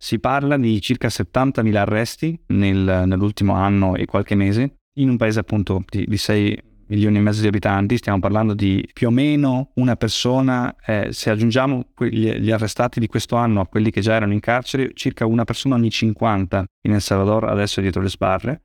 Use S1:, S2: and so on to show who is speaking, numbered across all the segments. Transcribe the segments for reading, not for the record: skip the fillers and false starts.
S1: Si parla di circa 70.000 arresti nell'ultimo anno e qualche mese, in un paese appunto di 6 milioni e mezzo di abitanti. Stiamo parlando di più o meno una persona, se aggiungiamo gli arrestati di questo anno a quelli che già erano in carcere, circa una persona ogni 50 in El Salvador adesso è dietro le sbarre.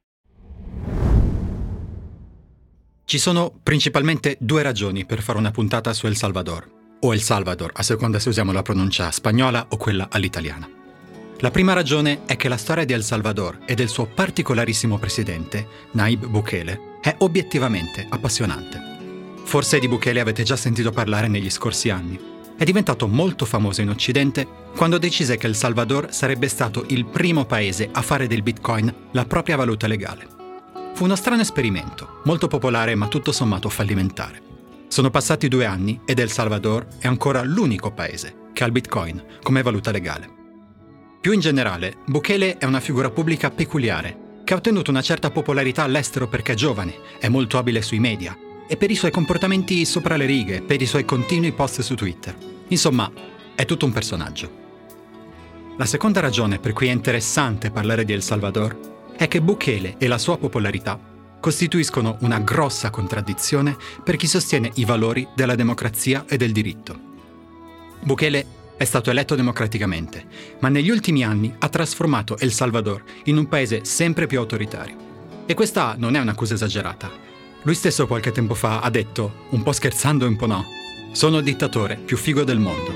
S2: Ci sono principalmente 2 ragioni per fare una puntata su El Salvador, o El Salvador, a seconda se usiamo la pronuncia spagnola o quella all'italiana. La prima ragione è che la storia di El Salvador e del suo particolarissimo presidente, Nayib Bukele, è obiettivamente appassionante. Forse di Bukele avete già sentito parlare negli scorsi anni. È diventato molto famoso in Occidente quando decise che El Salvador sarebbe stato il primo paese a fare del Bitcoin la propria valuta legale. Fu uno strano esperimento, molto popolare ma tutto sommato fallimentare. Sono passati 2 anni ed El Salvador è ancora l'unico paese che ha il Bitcoin come valuta legale. Più in generale, Bukele è una figura pubblica peculiare, che ha ottenuto una certa popolarità all'estero perché è giovane, è molto abile sui media e per i suoi comportamenti sopra le righe, per i suoi continui post su Twitter. Insomma, è tutto un personaggio. La seconda ragione per cui è interessante parlare di El Salvador è che Bukele e la sua popolarità costituiscono una grossa contraddizione per chi sostiene i valori della democrazia e del diritto. Bukele è stato eletto democraticamente, ma negli ultimi anni ha trasformato El Salvador in un paese sempre più autoritario. E questa non è un'accusa esagerata. Lui stesso qualche tempo fa ha detto, un po' scherzando e un po' no, sono il dittatore più figo del mondo.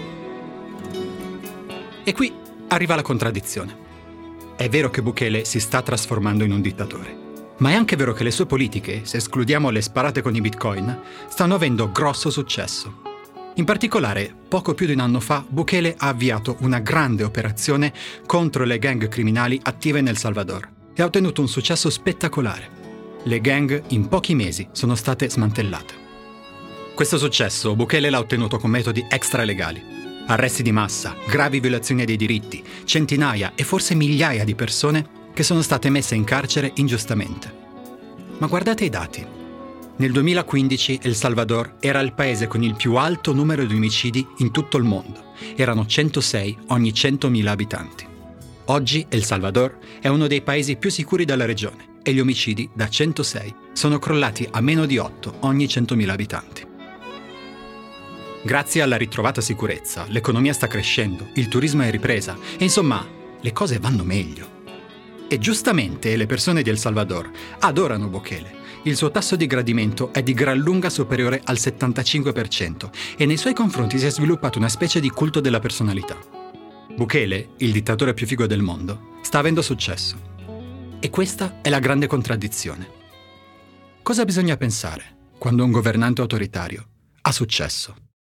S2: E qui arriva la contraddizione. È vero che Bukele si sta trasformando in un dittatore, ma è anche vero che le sue politiche, se escludiamo le sparate con i bitcoin, stanno avendo grosso successo. In particolare, poco più di un anno fa, Bukele ha avviato una grande operazione contro le gang criminali attive nel Salvador e ha ottenuto un successo spettacolare. Le gang in pochi mesi sono state smantellate. Questo successo Bukele l'ha ottenuto con metodi extralegali. Arresti di massa, gravi violazioni dei diritti, centinaia e forse migliaia di persone che sono state messe in carcere ingiustamente. Ma guardate i dati. Nel 2015 El Salvador era il paese con il più alto numero di omicidi in tutto il mondo. Erano 106 ogni 100.000 abitanti. Oggi El Salvador è uno dei paesi più sicuri della regione e gli omicidi da 106 sono crollati a meno di 8 ogni 100.000 abitanti. Grazie alla ritrovata sicurezza, l'economia sta crescendo, il turismo è in ripresa e insomma, le cose vanno meglio. E giustamente le persone di El Salvador adorano Bukele. Il suo tasso di gradimento è di gran lunga superiore al 75% e nei suoi confronti si è sviluppato una specie di culto della personalità. Bukele, il dittatore più figo del mondo, sta avendo successo. E questa è la grande contraddizione. Cosa bisogna pensare quando un governante autoritario ha successo?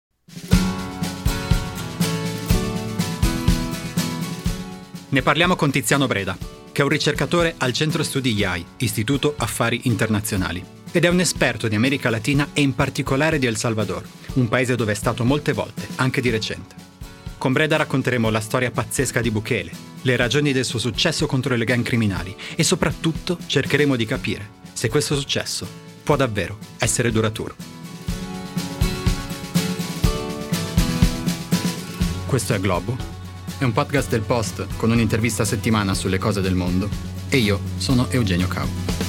S2: Ne parliamo con Tiziano Breda, che è un ricercatore al Centro Studi IAI, Istituto Affari Internazionali, ed è un esperto di America Latina e in particolare di El Salvador, un paese dove è stato molte volte, anche di recente. Con Breda racconteremo la storia pazzesca di Bukele, le ragioni del suo successo contro le gang criminali e soprattutto cercheremo di capire se questo successo può davvero essere duraturo. Questo è Globo. È un podcast del Post con un'intervista a settimana sulle cose del mondo e io sono Eugenio Cau.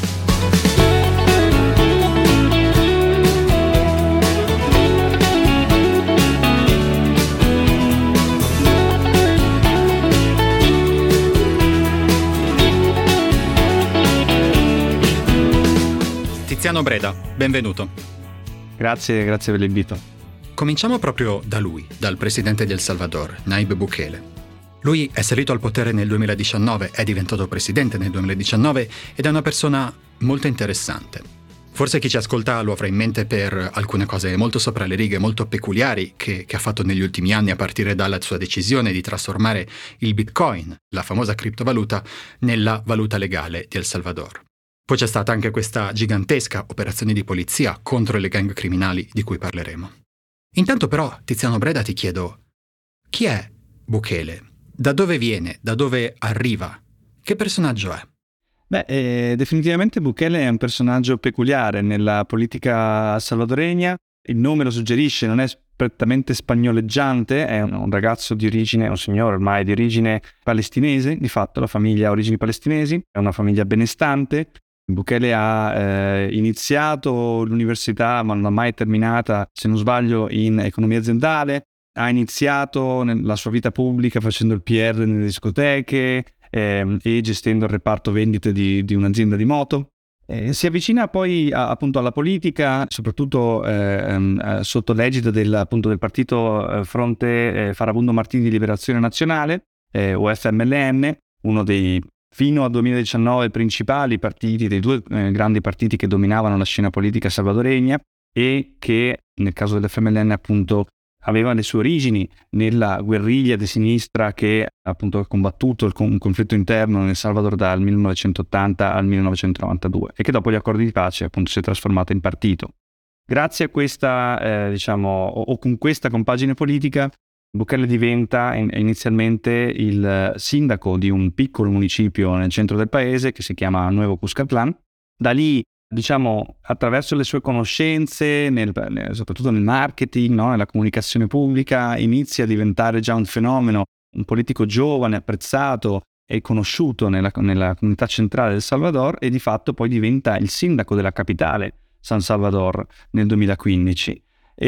S2: Tiziano Breda, benvenuto.
S1: Grazie per l'invito.
S2: Cominciamo proprio da lui, dal presidente di El Salvador, Nayib Bukele. Lui è salito al potere nel 2019, è diventato presidente nel 2019 ed è una persona molto interessante. Forse chi ci ascolta lo avrà in mente per alcune cose molto sopra le righe, molto peculiari che ha fatto negli ultimi anni, a partire dalla sua decisione di trasformare il Bitcoin, la famosa criptovaluta, nella valuta legale di El Salvador. Poi c'è stata anche questa gigantesca operazione di polizia contro le gang criminali di cui parleremo. Intanto però, Tiziano Breda, ti chiedo, chi è Bukele? Da dove viene? Da dove arriva? Che personaggio è?
S1: Definitivamente Bukele è un personaggio peculiare nella politica salvadoregna. il nome lo suggerisce, non è prettamente spagnoleggiante, è un ragazzo di origine, un signore ormai di origine palestinese, di fatto la famiglia ha origini palestinesi, è una famiglia benestante. Bukele ha iniziato l'università, ma non ha mai terminata, se non sbaglio, in economia aziendale. Ha iniziato la sua vita pubblica facendo il PR nelle discoteche e gestendo il reparto vendite di un'azienda di moto. Si avvicina poi appunto alla politica, soprattutto sotto l'egida del partito Fronte Farabundo Martí di Liberazione Nazionale, o FMLN, uno dei fino al 2019 principali partiti, dei due grandi partiti che dominavano la scena politica salvadoregna e che nel caso dell'FMLN appunto aveva le sue origini nella guerriglia di sinistra che appunto ha combattuto un conflitto interno nel Salvador dal 1980 al 1992 e che dopo gli accordi di pace appunto si è trasformata in partito. Grazie a questa, o con questa compagine politica, Bukele diventa inizialmente il sindaco di un piccolo municipio nel centro del paese che si chiama Nuevo Cuscatlán. Da lì, attraverso le sue conoscenze, soprattutto nel marketing, no? Nella comunicazione pubblica, inizia a diventare già un fenomeno, un politico giovane, apprezzato e conosciuto nella comunità centrale del Salvador e di fatto poi diventa il sindaco della capitale, San Salvador, nel 2015.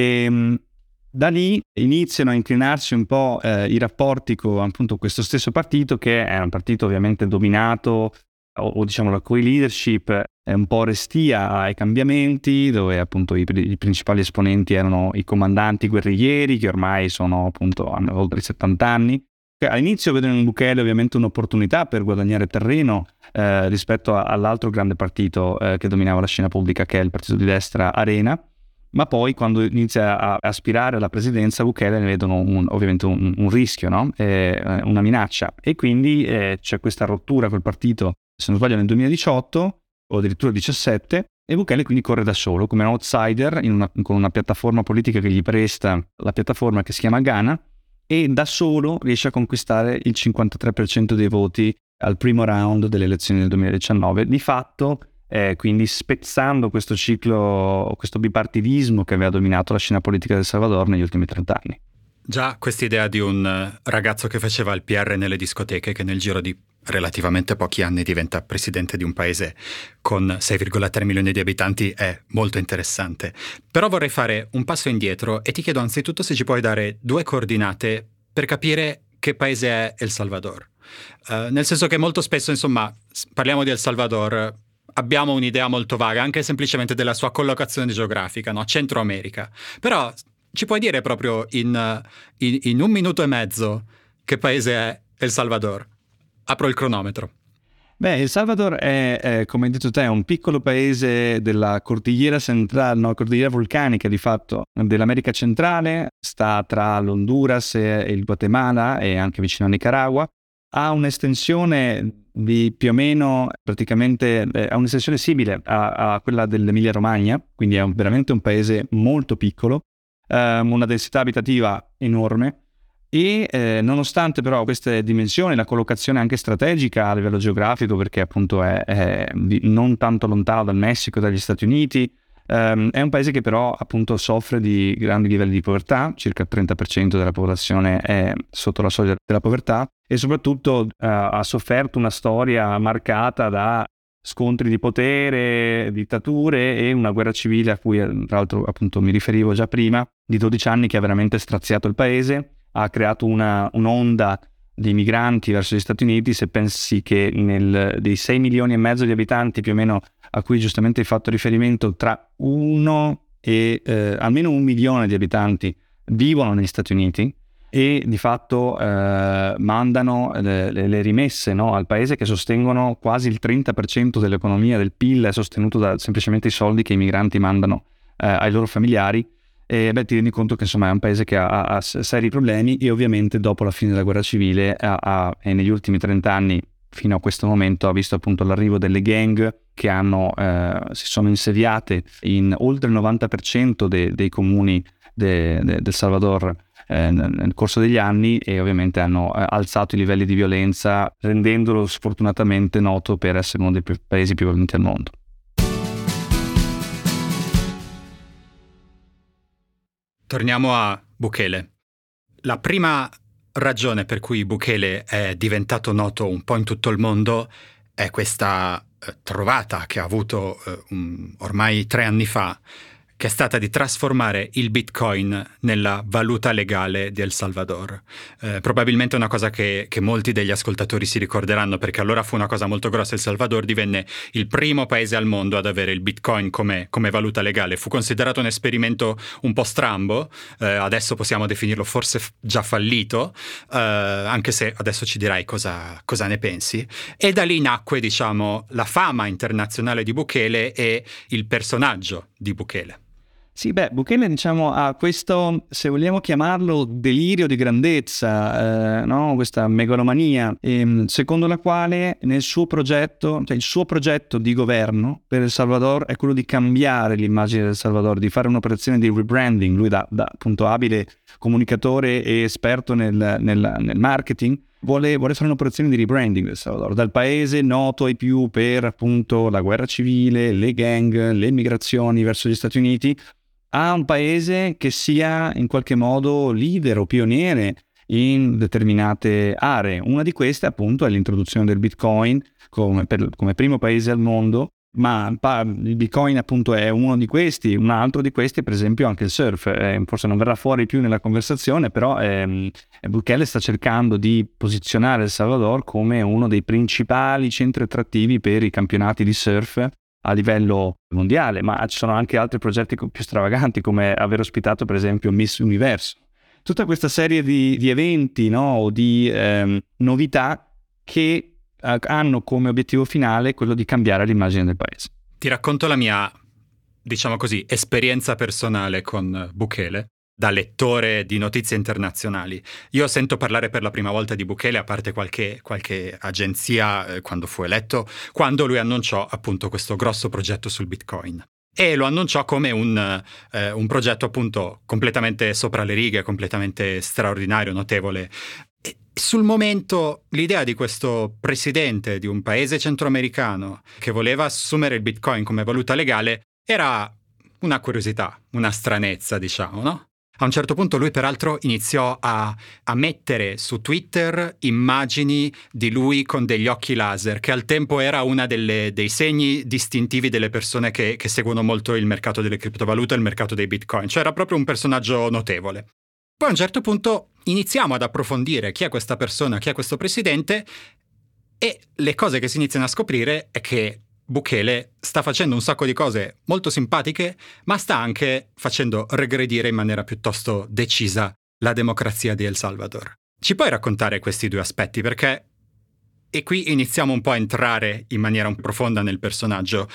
S1: Da lì iniziano a inclinarsi un po' i rapporti con appunto questo stesso partito, che è un partito ovviamente dominato, o diciamo la cui leadership è un po' restia ai cambiamenti, dove appunto i principali esponenti erano i comandanti guerriglieri, che ormai hanno oltre i 70 anni. All'inizio vedono in Bukele ovviamente un'opportunità per guadagnare terreno rispetto all'altro grande partito che dominava la scena pubblica, che è il partito di destra Arena. Ma poi quando inizia a aspirare alla presidenza, Bukele ne vedono ovviamente un rischio, no? Una minaccia, e quindi c'è questa rottura col partito, se non sbaglio nel 2018 o addirittura 2017, e Bukele quindi corre da solo come un outsider con una piattaforma politica che gli presta la piattaforma che si chiama Ghana, e da solo riesce a conquistare il 53% dei voti al primo round delle elezioni del 2019, di fatto quindi spezzando questo ciclo, questo bipartidismo che aveva dominato la scena politica del Salvador negli ultimi 30 anni.
S2: Già quest'idea di un ragazzo che faceva il PR nelle discoteche, che nel giro di relativamente pochi anni diventa presidente di un paese con 6,3 milioni di abitanti è molto interessante. Però vorrei fare un passo indietro e ti chiedo anzitutto se ci puoi dare 2 coordinate per capire che paese è El Salvador. Nel senso che molto spesso, insomma, parliamo di El Salvador, abbiamo un'idea molto vaga anche semplicemente della sua collocazione geografica, no? Centro America. Però ci puoi dire proprio in 1 minuto e mezzo che paese è El Salvador? Apro il cronometro.
S1: Beh, El Salvador è, come hai detto te, un piccolo paese della cordigliera centrale, no, cordigliera vulcanica di fatto dell'America centrale, sta tra l'Honduras e il Guatemala e anche vicino a Nicaragua. Ha un'estensione di più o meno, praticamente, ha un'estensione simile a quella dell'Emilia Romagna, quindi è veramente un paese molto piccolo, una densità abitativa enorme e nonostante però queste dimensioni, la collocazione anche strategica a livello geografico, perché appunto è non tanto lontano dal Messico e dagli Stati Uniti, è un paese che però appunto soffre di grandi livelli di povertà, circa il 30% della popolazione è sotto la soglia della povertà e soprattutto ha sofferto una storia marcata da scontri di potere, dittature e una guerra civile a cui tra l'altro appunto mi riferivo già prima, di 12 anni, che ha veramente straziato il paese, ha creato un'onda di migranti verso gli Stati Uniti. Se pensi che dei 6 milioni e mezzo di abitanti più o meno a cui giustamente hai fatto riferimento, tra 1 e almeno 1 milione di abitanti vivono negli Stati Uniti e di fatto mandano le rimesse, no, al paese, che sostengono quasi il 30% dell'economia, del PIL è sostenuto da semplicemente i soldi che i migranti mandano ai loro familiari. E ti rendi conto che insomma è un paese che ha seri problemi e ovviamente dopo la fine della guerra civile e negli ultimi 30 anni fino a questo momento ha visto appunto l'arrivo delle gang che si sono insediate in oltre il 90% dei comuni del Salvador nel corso degli anni, e ovviamente hanno alzato i livelli di violenza, rendendolo sfortunatamente noto per essere uno dei paesi più violenti al mondo.
S2: Torniamo a Bukele. La prima ragione per cui Bukele è diventato noto un po' in tutto il mondo è questa trovata che ha avuto ormai 3 anni fa, che è stata di trasformare il Bitcoin nella valuta legale di El Salvador. Probabilmente è una cosa che molti degli ascoltatori si ricorderanno, perché allora fu una cosa molto grossa. El Salvador divenne il primo paese al mondo ad avere il Bitcoin come valuta legale. Fu considerato un esperimento un po' strambo, adesso possiamo definirlo forse già fallito, anche se adesso ci dirai cosa ne pensi. E da lì nacque, diciamo, la fama internazionale di Bukele e il personaggio di Bukele.
S1: Sì, Bukele, diciamo, ha questo, se vogliamo chiamarlo, delirio di grandezza, no? Questa megalomania, secondo la quale nel suo progetto, cioè il suo progetto di governo per El Salvador è quello di cambiare l'immagine del Salvador, di fare un'operazione di rebranding. Lui da appunto abile comunicatore e esperto nel marketing, vuole fare un'operazione di rebranding del Salvador, dal paese noto ai più per appunto la guerra civile, le gang, le migrazioni verso gli Stati Uniti, a un paese che sia in qualche modo leader o pioniere in determinate aree. Una di queste appunto è l'introduzione del Bitcoin come primo paese al mondo, ma il Bitcoin appunto è uno di questi. Un altro di questi è per esempio anche il surf. Forse non verrà fuori più nella conversazione, però Bukele sta cercando di posizionare El Salvador come uno dei principali centri attrattivi per i campionati di surf a livello mondiale, ma ci sono anche altri progetti più stravaganti, come aver ospitato per esempio Miss Universo. Tutta questa serie di eventi, no, o di novità che hanno come obiettivo finale quello di cambiare l'immagine del paese.
S2: Ti racconto la mia, diciamo così, esperienza personale con Bukele, da lettore di notizie internazionali. Io sento parlare per la prima volta di Bukele, a parte qualche agenzia quando fu eletto, quando lui annunciò appunto questo grosso progetto sul Bitcoin. E lo annunciò come un progetto appunto completamente sopra le righe, completamente straordinario, notevole. E sul momento l'idea di questo presidente di un paese centroamericano che voleva assumere il Bitcoin come valuta legale era una curiosità, una stranezza, diciamo, no? A un certo punto lui peraltro iniziò a mettere su Twitter immagini di lui con degli occhi laser, che al tempo era una dei segni distintivi delle persone che seguono molto il mercato delle criptovalute e il mercato dei Bitcoin. Cioè era proprio un personaggio notevole. Poi a un certo punto iniziamo ad approfondire chi è questa persona, chi è questo presidente, e le cose che si iniziano a scoprire è che Bukele sta facendo un sacco di cose molto simpatiche, ma sta anche facendo regredire in maniera piuttosto decisa la democrazia di El Salvador. Ci puoi raccontare questi due aspetti? Perché, e qui iniziamo un po' a entrare in maniera un po' profonda nel personaggio.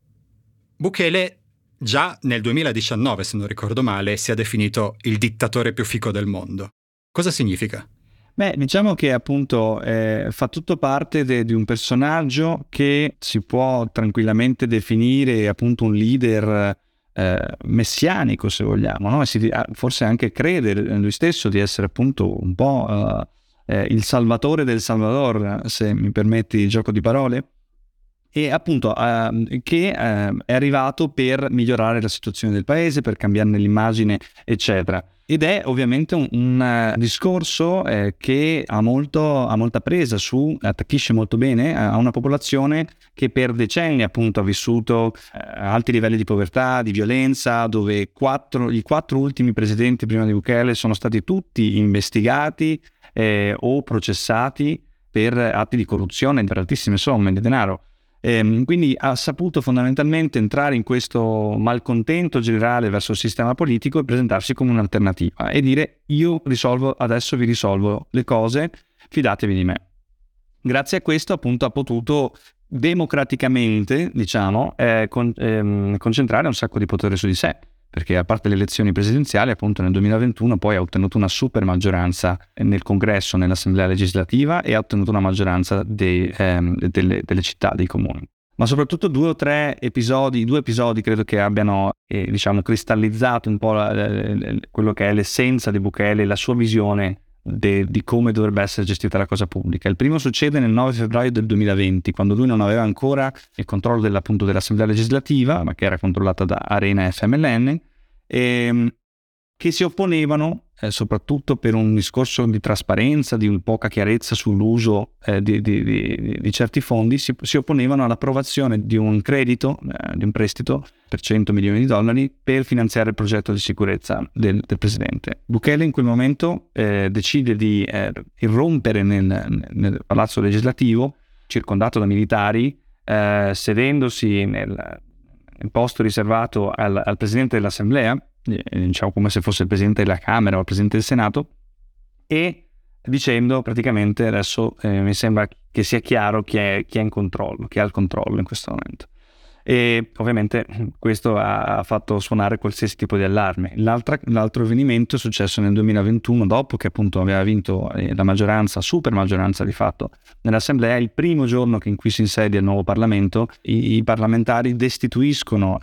S2: Bukele già nel 2019, se non ricordo male, si è definito il dittatore più fico del mondo. Cosa significa?
S1: Diciamo che appunto fa tutto parte di un personaggio che si può tranquillamente definire appunto un leader messianico, se vogliamo, no? Forse anche crede lui stesso di essere appunto un po' il salvatore del Salvador, se mi permetti il gioco di parole, e appunto che è arrivato per migliorare la situazione del paese, per cambiarne l'immagine, eccetera. Ed è ovviamente un discorso che ha molta presa attacchisce molto bene a una popolazione che per decenni appunto ha vissuto alti livelli di povertà, di violenza, dove i 4 ultimi presidenti prima di Bukele sono stati tutti investigati o processati per atti di corruzione per altissime somme di denaro. Quindi ha saputo fondamentalmente entrare in questo malcontento generale verso il sistema politico e presentarsi come un'alternativa e dire: adesso vi risolvo le cose, fidatevi di me. Grazie a questo appunto ha potuto democraticamente, diciamo, concentrare un sacco di potere su di sé, perché a parte le elezioni presidenziali appunto nel 2021 poi ha ottenuto una super maggioranza nel congresso, nell'assemblea legislativa, e ha ottenuto una maggioranza delle città, dei comuni. Ma soprattutto due episodi credo che abbiano diciamo cristallizzato un po' quello che è l'essenza di Bukele, la sua visione di come dovrebbe essere gestita la cosa pubblica. Il primo succede nel 9 febbraio del 2020, quando lui non aveva ancora il controllo dell'assemblea legislativa, ma che era controllata da Arena FMLN, e che si opponevano soprattutto per un discorso di trasparenza, di poca chiarezza sull'uso di certi fondi, si opponevano all'approvazione di un credito, di un prestito per $100 milioni per finanziare il progetto di sicurezza del presidente. Bukele in quel momento decide di irrompere nel palazzo legislativo, circondato da militari, sedendosi nel posto riservato al presidente dell'Assemblea, diciamo come se fosse il presidente della Camera o il presidente del Senato, e dicendo praticamente adesso mi sembra che sia chiaro chi è in controllo, chi ha il controllo in questo momento. E ovviamente questo ha fatto suonare qualsiasi tipo di allarme. L'altro avvenimento è successo nel 2021, dopo che appunto aveva vinto la maggioranza, super maggioranza di fatto, nell'Assemblea. Il primo giorno in cui si insedia il nuovo Parlamento, i parlamentari destituiscono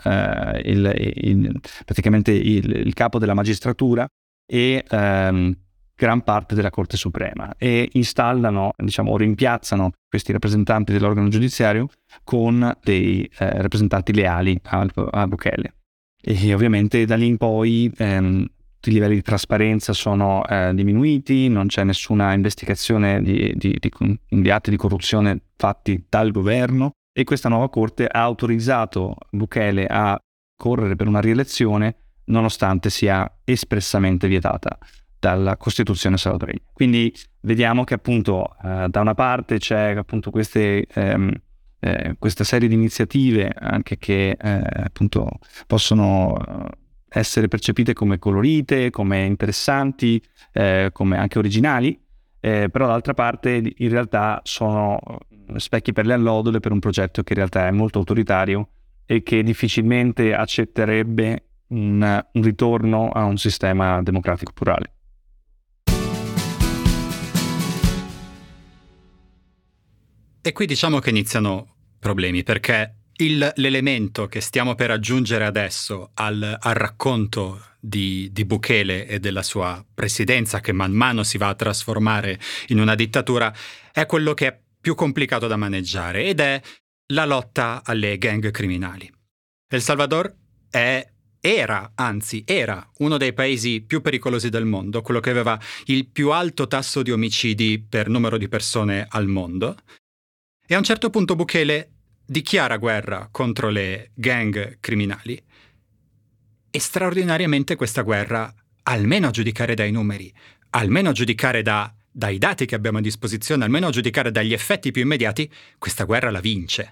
S1: praticamente il capo della magistratura e gran parte della Corte Suprema, e installano, diciamo, o rimpiazzano questi rappresentanti dell'organo giudiziario con dei rappresentanti leali a Bukele. E ovviamente da lì in poi tutti i livelli di trasparenza sono diminuiti, non c'è nessuna investigazione di atti di corruzione fatti dal governo, e questa nuova Corte ha autorizzato Bukele a correre per una rielezione nonostante sia espressamente vietata dalla Costituzione salvadoregna. Quindi vediamo che appunto da una parte c'è appunto questa serie di iniziative anche che appunto possono essere percepite come colorite, come interessanti, come anche originali, però d'altra parte in realtà sono specchi per le allodole per un progetto che in realtà è molto autoritario e che difficilmente accetterebbe un ritorno a un sistema democratico plurale.
S2: E qui diciamo che iniziano problemi, perché l'elemento che stiamo per aggiungere adesso al racconto di Bukele e della sua presidenza, che man mano si va a trasformare in una dittatura, è quello che è più complicato da maneggiare, ed è la lotta alle gang criminali. El Salvador era uno dei paesi più pericolosi del mondo, quello che aveva il più alto tasso di omicidi per numero di persone al mondo. E a un certo punto Bukele dichiara guerra contro le gang criminali, e straordinariamente questa guerra, almeno a giudicare dai numeri, almeno a giudicare dai dati che abbiamo a disposizione, almeno a giudicare dagli effetti più immediati, questa guerra la vince.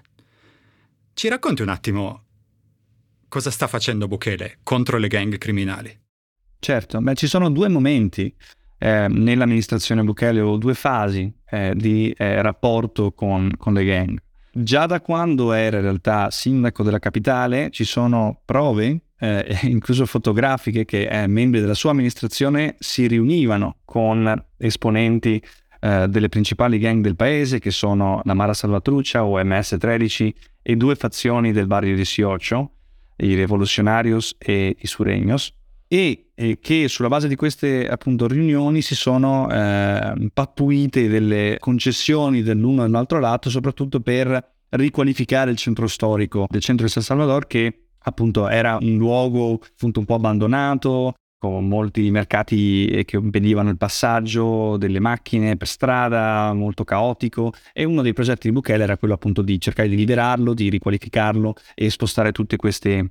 S2: Ci racconti un attimo cosa sta facendo Bukele contro le gang criminali?
S1: Certo, ci sono due momenti nell'amministrazione Bukele, o due fasi di rapporto con le gang. Già da quando era in realtà sindaco della capitale ci sono prove, incluso fotografiche, che membri della sua amministrazione si riunivano con esponenti delle principali gang del paese, che sono la Mara Salvatrucha o MS-13 e due fazioni del barrio di Siocho, i Revolucionarios e i Sureños, e che sulla base di queste appunto riunioni si sono pattuite delle concessioni dell'uno e dell'altro lato, soprattutto per riqualificare il centro storico del centro di San Salvador, che appunto era un luogo appunto un po' abbandonato, con molti mercati che impedivano il passaggio delle macchine per strada, molto caotico, e uno dei progetti di Bukele era quello appunto di cercare di liberarlo, di riqualificarlo e spostare tutte questi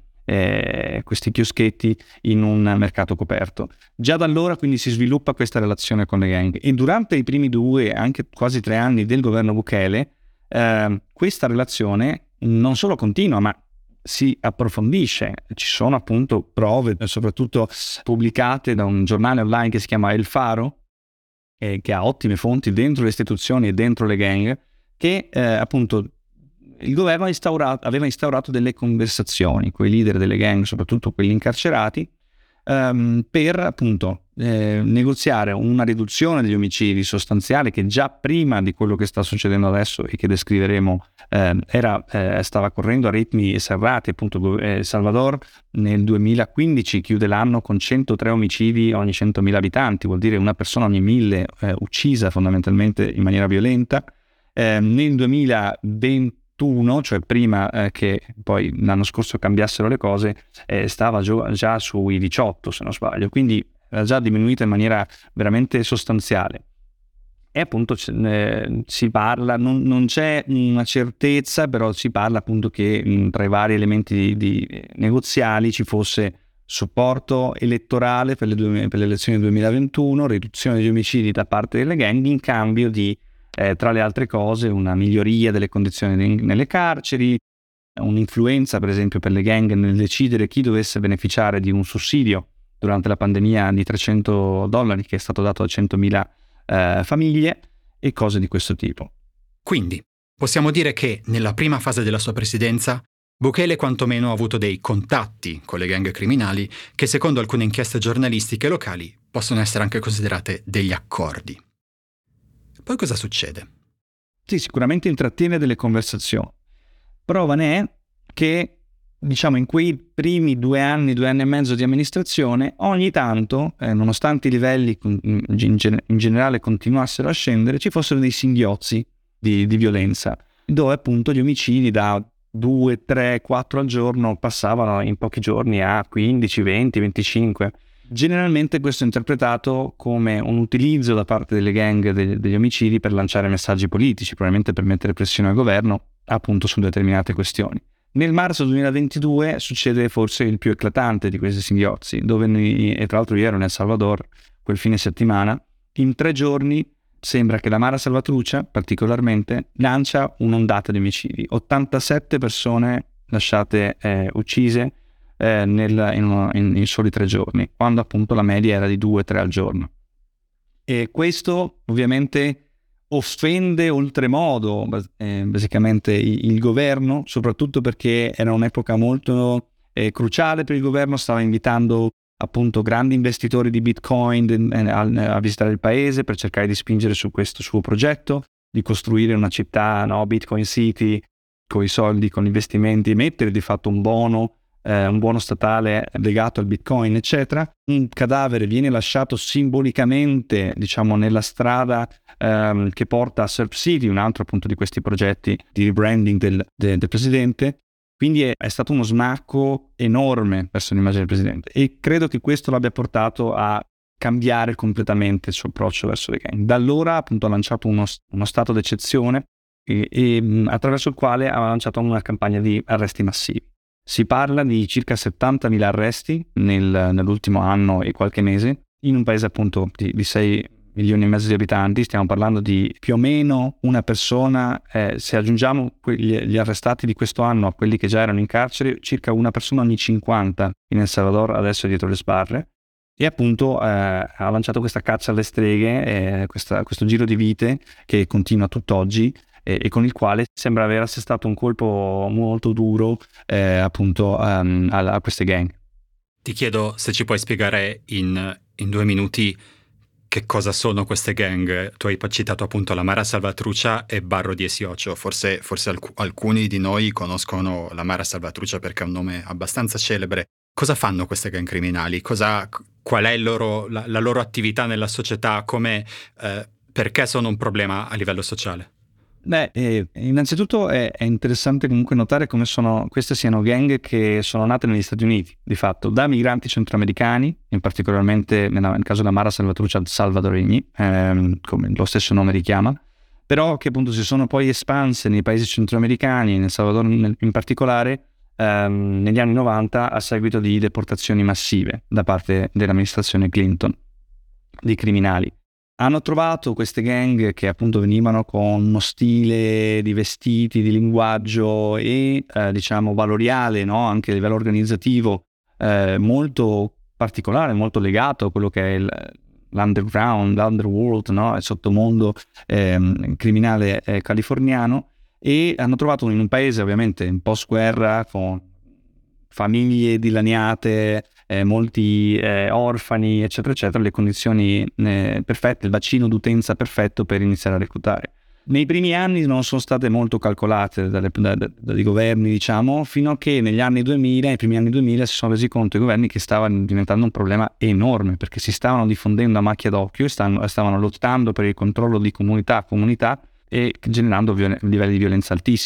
S1: chioschetti in un mercato coperto. Già da allora quindi si sviluppa questa relazione con le gang, e durante i primi 2, anche quasi 3 anni del governo Bukele, questa relazione non solo continua ma si approfondisce. Ci sono appunto prove, soprattutto pubblicate da un giornale online che si chiama El Faro, che ha ottime fonti dentro le istituzioni e dentro le gang, che appunto il governo aveva instaurato delle conversazioni con i leader delle gang, soprattutto quelli incarcerati, per appunto negoziare una riduzione degli omicidi sostanziali, che già prima di quello che sta succedendo adesso e che descriveremo stava correndo a ritmi serrati. Appunto El Salvador nel 2015 chiude l'anno con 103 omicidi ogni 100.000 abitanti, vuol dire una persona ogni 1.000 uccisa fondamentalmente in maniera violenta. Nel 2020 2021, cioè prima che poi l'anno scorso cambiassero le cose, stava già sui 18 se non sbaglio, quindi era già diminuita in maniera veramente sostanziale. E appunto si parla, non c'è una certezza, però si parla appunto che tra i vari elementi di negoziali ci fosse supporto elettorale per le elezioni del 2021, riduzione degli omicidi da parte delle gang, in cambio di, tra le altre cose, una miglioria delle condizioni nelle carceri, un'influenza per esempio per le gang nel decidere chi dovesse beneficiare di un sussidio durante la pandemia di $300 che è stato dato a 100.000 famiglie e cose di questo tipo.
S2: Quindi, possiamo dire che nella prima fase della sua presidenza Bukele quantomeno ha avuto dei contatti con le gang criminali che secondo alcune inchieste giornalistiche locali possono essere anche considerate degli accordi. Poi cosa succede?
S1: Sì, sicuramente intrattiene delle conversazioni. Prova ne è che, diciamo, in quei primi 2 anni e mezzo di amministrazione, ogni tanto, nonostante i livelli in generale continuassero a scendere, ci fossero dei singhiozzi di violenza, dove appunto gli omicidi da 2, 3, 4 al giorno passavano in pochi giorni a 15, 20, 25. Generalmente questo è interpretato come un utilizzo da parte delle gang degli omicidi per lanciare messaggi politici, probabilmente per mettere pressione al governo appunto su determinate questioni. Nel marzo 2022 succede forse il più eclatante di questi singhiozzi, dove e tra l'altro io ero nel Salvador quel fine settimana, in 3 giorni sembra che la Mara Salvatrucha particolarmente lancia un'ondata di omicidi, 87 persone lasciate uccise in soli 3 giorni, quando appunto la media era di 2-3 al giorno. E questo ovviamente offende oltremodo basicamente il governo, soprattutto perché era un'epoca molto cruciale per il governo, stava invitando appunto grandi investitori di Bitcoin a visitare il paese per cercare di spingere su questo suo progetto, di costruire una città, no, Bitcoin City, con i soldi, con gli investimenti, mettere di fatto un buono statale legato al Bitcoin, eccetera. Un cadavere viene lasciato simbolicamente, diciamo, nella strada che porta a Surf City, un altro appunto di questi progetti di rebranding del presidente. Quindi è stato uno smacco enorme verso l'immagine del presidente e credo che questo l'abbia portato a cambiare completamente il suo approccio verso le gang. Da allora appunto ha lanciato uno stato d'eccezione e attraverso il quale ha lanciato una campagna di arresti massivi. Si parla di circa 70.000 arresti nell'ultimo anno e qualche mese in un paese appunto di 6 milioni e mezzo di abitanti. Stiamo parlando di più o meno una persona, se aggiungiamo gli arrestati di questo anno a quelli che già erano in carcere, circa una persona ogni 50 in El Salvador adesso è dietro le sbarre. E appunto ha lanciato questa caccia alle streghe, questo giro di vite che continua tutt'oggi e con il quale sembra aver assestato un colpo molto duro appunto a queste gang.
S2: Ti chiedo se ci puoi spiegare in 2 minuti che cosa sono queste gang. Tu hai citato appunto la Mara Salvatrucha e Barro 18. Forse alcuni di noi conoscono la Mara Salvatrucha perché è un nome abbastanza celebre. Cosa fanno queste gang criminali? Qual è la loro attività nella società? Perché sono un problema a livello sociale?
S1: Innanzitutto è interessante comunque notare come queste siano gang che sono nate negli Stati Uniti, di fatto, da migranti centroamericani, in particolarmente nel caso della Mara Salvatrucha salvadoregni, come lo stesso nome richiama, però che appunto si sono poi espanse nei paesi centroamericani, nel Salvador in particolare, negli anni 90 a seguito di deportazioni massive da parte dell'amministrazione Clinton di criminali. Hanno trovato queste gang che appunto venivano con uno stile di vestiti, di linguaggio e diciamo valoriale, no? Anche a livello organizzativo molto particolare, molto legato a quello che è l'underground, l'underworld, no? Il sottomondo criminale californiano, e hanno trovato in un paese ovviamente in post-guerra con famiglie dilaniate, molti orfani, eccetera, eccetera, le condizioni perfette, il bacino d'utenza perfetto per iniziare a reclutare. Nei primi anni non sono state molto calcolate dai governi, diciamo, fino a che negli anni 2000, nei primi anni 2000, si sono resi conto i governi che stava diventando un problema enorme, perché si stavano diffondendo a macchia d'occhio e stavano lottando per il controllo di comunità a comunità e generando livelli di violenza altissimi.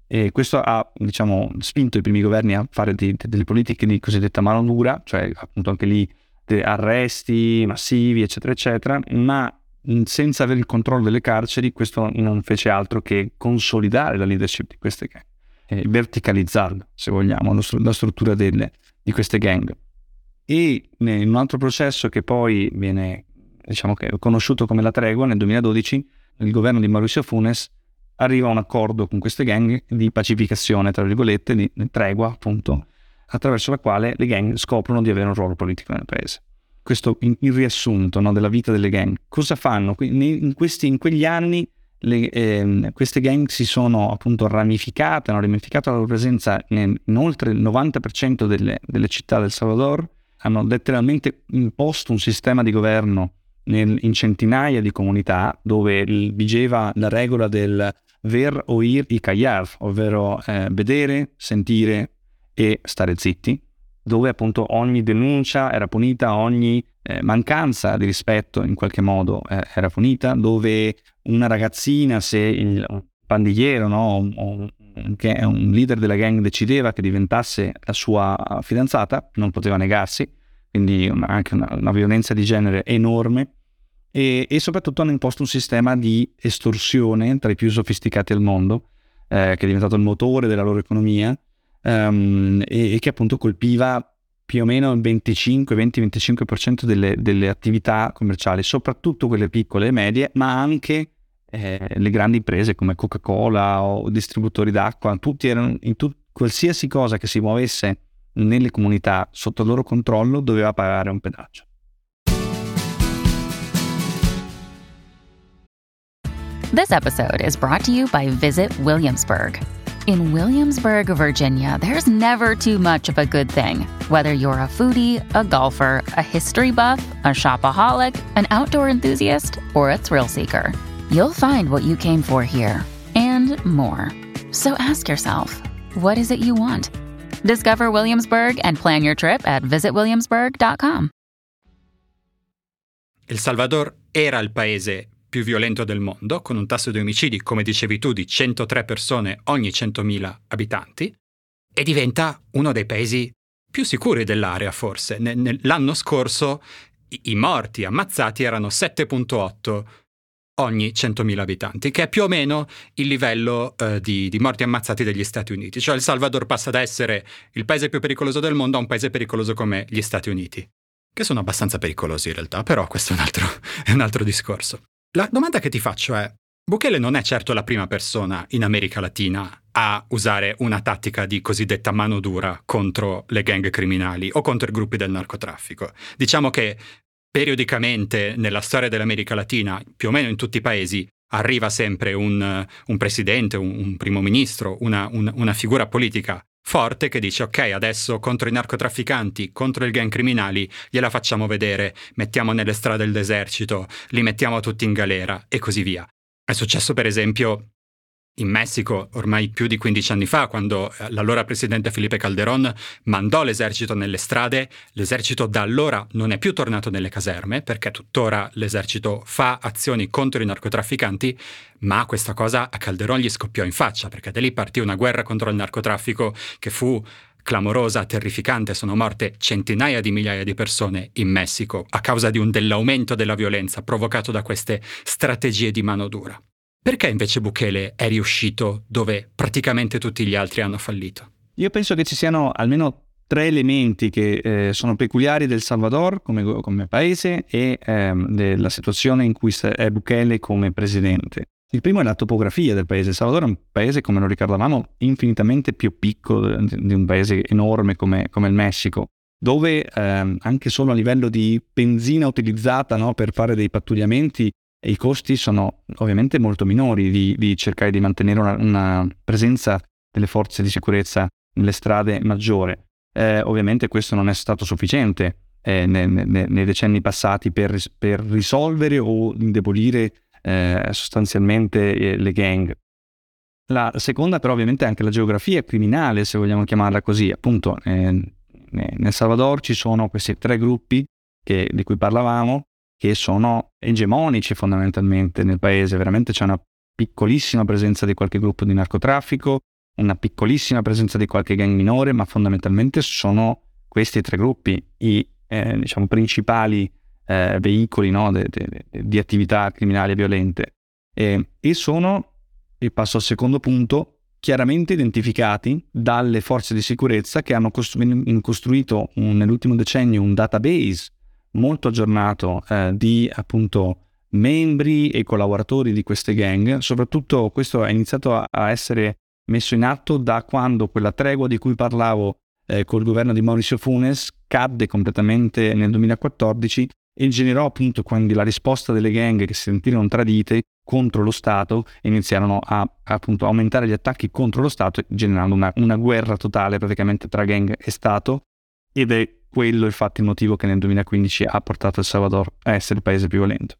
S1: E questo ha, diciamo, spinto i primi governi a fare delle politiche di cosiddetta mano dura, cioè appunto anche lì arresti massivi, eccetera, eccetera, ma senza avere il controllo delle carceri. Questo non fece altro che consolidare la leadership di queste gang, verticalizzarla, se vogliamo, la struttura di queste gang. E in un altro processo che poi viene, diciamo, che è conosciuto come la tregua, nel 2012 il governo di Mauricio Funes arriva a un accordo con queste gang di pacificazione, tra virgolette, di tregua appunto, attraverso la quale le gang scoprono di avere un ruolo politico nel paese. Questo in riassunto, no, della vita delle gang. Cosa fanno? In quegli anni queste gang si sono appunto ramificate, hanno ramificato la loro presenza in oltre il 90% delle città del Salvador, hanno letteralmente imposto un sistema di governo in centinaia di comunità dove vigeva la regola del ver, oír y callar, ovvero vedere, sentire e stare zitti, dove appunto ogni denuncia era punita, ogni mancanza di rispetto in qualche modo era punita, dove una ragazzina, se un pandigliero, no, che è un leader della gang, decideva che diventasse la sua fidanzata, non poteva negarsi, quindi anche una violenza di genere enorme. E soprattutto hanno imposto un sistema di estorsione tra i più sofisticati al mondo, che è diventato il motore della loro economia, e che appunto colpiva più o meno il 20-25% delle attività commerciali, soprattutto quelle piccole e medie, ma anche le grandi imprese come Coca-Cola o distributori d'acqua. Tutti erano qualsiasi cosa che si muovesse nelle comunità sotto il loro controllo doveva pagare un pedaggio.
S3: This episode is brought to you by Visit Williamsburg. In Williamsburg, Virginia, there's never too much of a good thing. Whether you're a foodie, a golfer, a history buff, a shopaholic, an outdoor enthusiast, or a thrill seeker, you'll find what you came for here and more. So ask yourself, what is it you want? Discover Williamsburg and plan your trip at visitwilliamsburg.com.
S2: El Salvador era il paese più violento del mondo, con un tasso di omicidi, come dicevi tu, di 103 persone ogni 100.000 abitanti, e diventa uno dei paesi più sicuri dell'area, forse. L'anno scorso i morti ammazzati erano 7,8 ogni 100.000 abitanti, che è più o meno il livello di morti ammazzati degli Stati Uniti. Cioè il Salvador passa da essere il paese più pericoloso del mondo a un paese pericoloso come gli Stati Uniti, che sono abbastanza pericolosi in realtà, però questo è un altro discorso. La domanda che ti faccio è: Bukele non è certo la prima persona in America Latina a usare una tattica di cosiddetta mano dura contro le gang criminali o contro i gruppi del narcotraffico. Diciamo che periodicamente nella storia dell'America Latina, più o meno in tutti i paesi, arriva sempre un presidente, un primo ministro, una figura politica forte che dice: ok, adesso contro i narcotrafficanti, contro i gang criminali, gliela facciamo vedere, mettiamo nelle strade l'esercito, li mettiamo tutti in galera e così via. È successo per esempio in Messico ormai più di 15 anni fa, quando l'allora presidente Felipe Calderón mandò l'esercito nelle strade. L'esercito da allora non è più tornato nelle caserme, perché tuttora l'esercito fa azioni contro i narcotrafficanti, ma questa cosa a Calderón gli scoppiò in faccia, perché da lì partì una guerra contro il narcotraffico che fu clamorosa, terrificante. Sono morte centinaia di migliaia di persone in Messico a causa dell'aumento della violenza provocato da queste strategie di mano dura. Perché invece Bukele è riuscito dove praticamente tutti gli altri hanno fallito?
S1: Io penso che ci siano almeno 3 elementi che sono peculiari del Salvador come paese e della situazione in cui è Bukele come presidente. Il primo è la topografia del paese. Il Salvador è un paese, come lo ricordavamo, infinitamente più piccolo di un paese enorme come il Messico, dove anche solo a livello di benzina utilizzata, no, per fare dei pattugliamenti, i costi sono ovviamente molto minori di cercare di mantenere una presenza delle forze di sicurezza nelle strade maggiore. Ovviamente questo non è stato sufficiente nei decenni passati per risolvere o indebolire sostanzialmente le gang. La seconda però ovviamente è anche la geografia criminale, se vogliamo chiamarla così. Appunto nel Salvador ci sono questi 3 gruppi di cui parlavamo, che sono egemonici fondamentalmente nel paese. Veramente c'è una piccolissima presenza di qualche gruppo di narcotraffico, una piccolissima presenza di qualche gang minore, ma fondamentalmente sono questi 3 gruppi i diciamo principali veicoli, no, di attività criminali e violente, e sono, e passo al secondo punto, chiaramente identificati dalle forze di sicurezza che hanno costruito nell'ultimo decennio un database molto aggiornato di appunto membri e collaboratori di queste gang. Soprattutto questo è iniziato a essere messo in atto da quando quella tregua di cui parlavo col governo di Mauricio Funes cadde completamente nel 2014 e generò appunto quindi la risposta delle gang che si sentirono tradite contro lo Stato e iniziarono a appunto aumentare gli attacchi contro lo Stato, generando una guerra totale praticamente tra gang e Stato, ed è quello infatti il motivo che nel 2015 ha portato El Salvador a essere il paese più violento.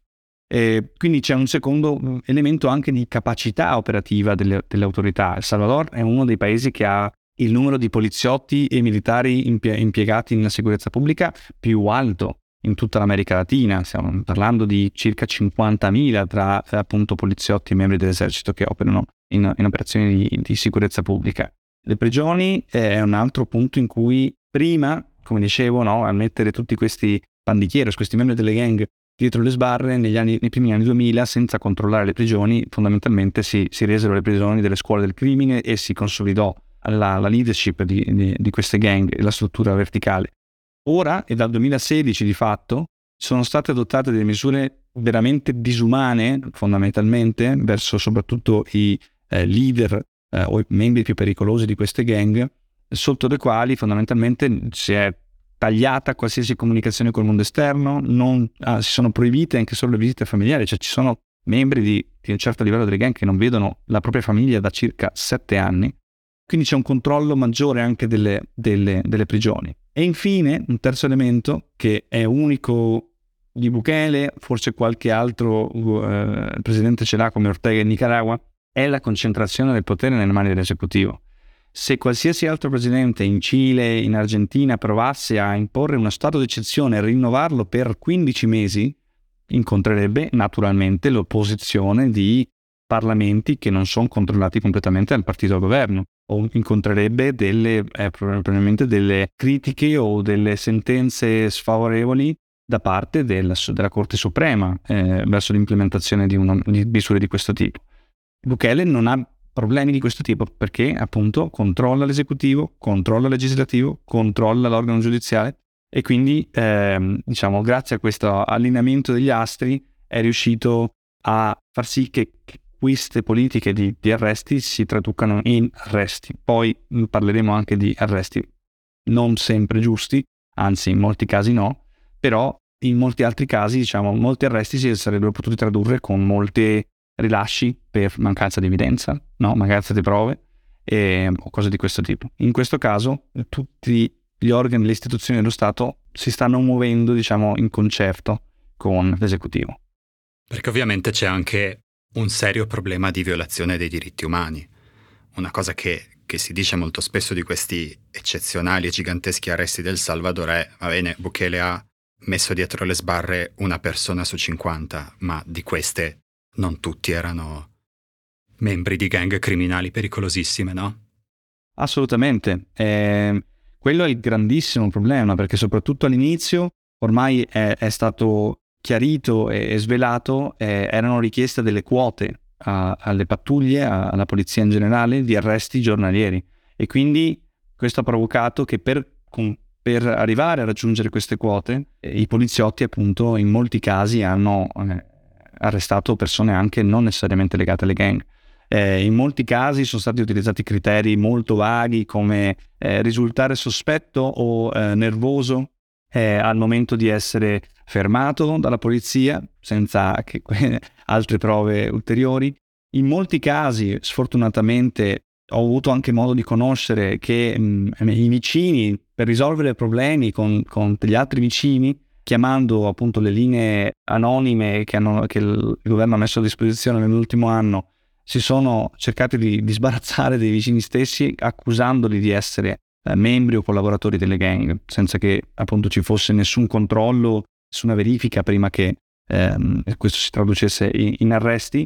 S1: E quindi c'è un secondo elemento anche di capacità operativa delle autorità. El Salvador è uno dei paesi che ha il numero di poliziotti e militari impiegati nella sicurezza pubblica più alto in tutta l'America Latina. Stiamo parlando di circa 50.000 tra appunto poliziotti e membri dell'esercito che operano in operazioni di sicurezza pubblica. Le prigioni è un altro punto in cui prima, come dicevo, no, a mettere tutti questi pandilleros, questi membri delle gang dietro le sbarre nei primi anni 2000 senza controllare le prigioni, fondamentalmente si resero le prigioni delle scuole del crimine e si consolidò la leadership di queste gang e la struttura verticale. Ora, e dal 2016 di fatto, sono state adottate delle misure veramente disumane, fondamentalmente, verso soprattutto i leader o i membri più pericolosi di queste gang, sotto le quali fondamentalmente si è tagliata qualsiasi comunicazione col mondo esterno, si sono proibite anche solo le visite familiari, cioè ci sono membri di un certo livello delle gang che non vedono la propria famiglia da circa 7 anni, quindi c'è un controllo maggiore anche delle prigioni. E infine un terzo elemento che è unico di Bukele, forse qualche altro presidente ce l'ha come Ortega in Nicaragua, è la concentrazione del potere nelle mani dell'esecutivo. Se qualsiasi altro presidente in Cile, in Argentina provasse a imporre uno stato d'eccezione e rinnovarlo per 15 mesi, incontrerebbe naturalmente l'opposizione di parlamenti che non sono controllati completamente dal partito al governo, o incontrerebbe probabilmente delle critiche o delle sentenze sfavorevoli da parte della Corte Suprema verso l'implementazione di misure di questo tipo. Bukele non ha problemi di questo tipo perché appunto controlla l'esecutivo, controlla il legislativo, controlla l'organo giudiziale e quindi diciamo grazie a questo allineamento degli astri è riuscito a far sì che queste politiche di arresti si traducano in arresti. Poi parleremo anche di arresti non sempre giusti, anzi in molti casi no, però in molti altri casi diciamo molti arresti si sarebbero potuti tradurre con molti rilasci per mancanza di evidenza, no? Mancanza di prove o cose di questo tipo. In questo caso tutti gli organi e le istituzioni dello Stato si stanno muovendo diciamo in concerto con l'esecutivo.
S2: Perché ovviamente c'è anche un serio problema di violazione dei diritti umani. Una cosa che si dice molto spesso di questi eccezionali e giganteschi arresti del Salvador è, va bene, Bukele ha messo dietro le sbarre una persona su 50, ma di queste non tutti erano membri di gang criminali pericolosissime, no?
S1: Assolutamente. Quello è il grandissimo problema, perché soprattutto all'inizio ormai è stato chiarito e svelato, erano richieste delle quote alle pattuglie, alla polizia in generale, di arresti giornalieri, e quindi questo ha provocato che per arrivare a raggiungere queste quote i poliziotti appunto in molti casi hanno arrestato persone anche non necessariamente legate alle gang. In molti casi sono stati utilizzati criteri molto vaghi come risultare sospetto o nervoso al momento di essere fermato dalla polizia senza altre prove ulteriori. In molti casi, sfortunatamente, ho avuto anche modo di conoscere che i vicini, per risolvere problemi con degli altri vicini, chiamando appunto le linee anonime che il governo ha messo a disposizione nell'ultimo anno, si sono cercati di sbarazzare dei vicini stessi, accusandoli di essere membri o collaboratori delle gang, senza che appunto ci fosse nessun controllo, nessuna verifica prima che questo si traducesse in arresti.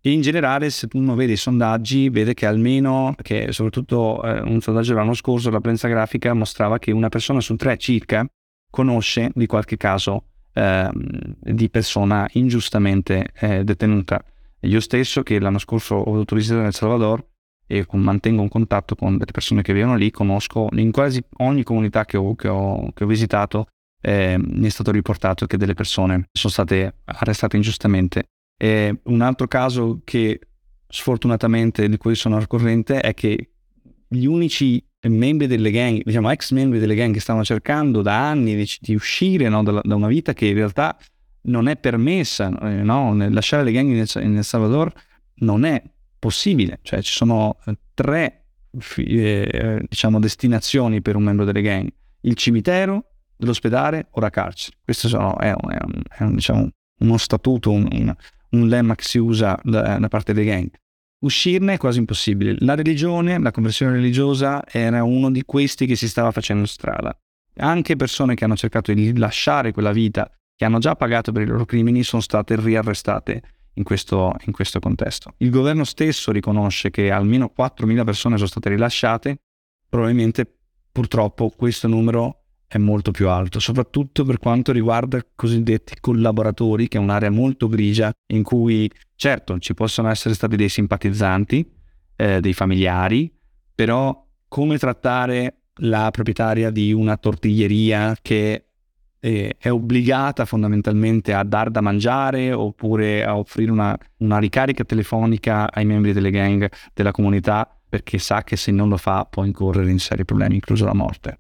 S1: E in generale, se uno vede i sondaggi, vede che almeno, che soprattutto un sondaggio dell'anno scorso, la prensa grafica mostrava che una persona su 3 circa conosce di qualche caso di persona ingiustamente detenuta. Io stesso, che l'anno scorso ho dovuto visitare El Salvador e mantengo un contatto con delle persone che vivono lì, conosco in quasi ogni comunità che ho visitato, mi è stato riportato che delle persone sono state arrestate ingiustamente. E un altro caso che sfortunatamente di cui sono al corrente è che gli unici membri delle gang, diciamo ex membri delle gang, che stavano cercando da anni di uscire, no, da una vita che in realtà non è permessa, no? Lasciare le gang in El Salvador non è possibile, cioè ci sono 3 diciamo destinazioni per un membro delle gang: il cimitero, l'ospedale o la carcere. Questo è diciamo uno statuto, un lemma che si usa da parte dei gang. Uscirne è quasi impossibile. La religione, la conversione religiosa era uno di questi che si stava facendo strada. Anche persone che hanno cercato di lasciare quella vita, che hanno già pagato per i loro crimini, sono state riarrestate in questo contesto. Il governo stesso riconosce che almeno 4.000 persone sono state rilasciate. Probabilmente, purtroppo, questo numero è molto più alto, soprattutto per quanto riguarda i cosiddetti collaboratori, che è un'area molto grigia in cui, certo, ci possono essere stati dei simpatizzanti, dei familiari, però come trattare la proprietaria di una tortiglieria che è obbligata fondamentalmente a dar da mangiare oppure a offrire una ricarica telefonica ai membri delle gang della comunità, perché sa che se non lo fa può incorrere in seri problemi, incluso la morte.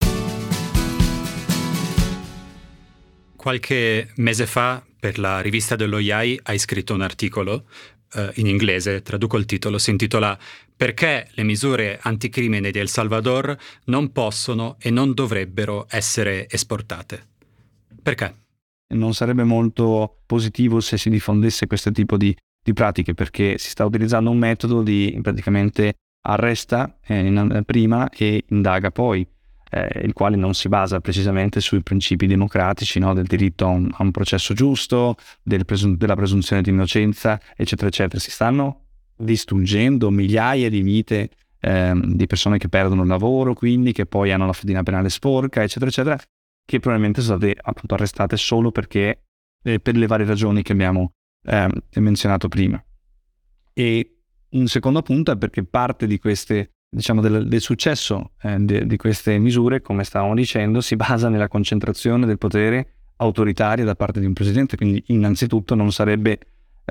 S2: Qualche mese fa, per la rivista dello IAI, hai scritto un articolo in inglese, traduco il titolo, si intitola "Perché le misure anticrimine di El Salvador non possono e non dovrebbero essere esportate". Perché?
S1: Non sarebbe molto positivo se si diffondesse questo tipo di pratiche, perché si sta utilizzando un metodo di praticamente arresta prima e indaga poi, il quale non si basa precisamente sui principi democratici, no? Del diritto a un processo giusto, della presunzione di innocenza, eccetera, eccetera. Si stanno distruggendo migliaia di vite di persone che perdono il lavoro, quindi che poi hanno la fedina penale sporca, eccetera, eccetera, che probabilmente sono state appunto arrestate solo perché per le varie ragioni che abbiamo menzionato prima. E un secondo punto è perché parte di queste, diciamo, del successo di queste misure, come stavamo dicendo, si basa nella concentrazione del potere autoritario da parte di un presidente. Quindi innanzitutto non sarebbe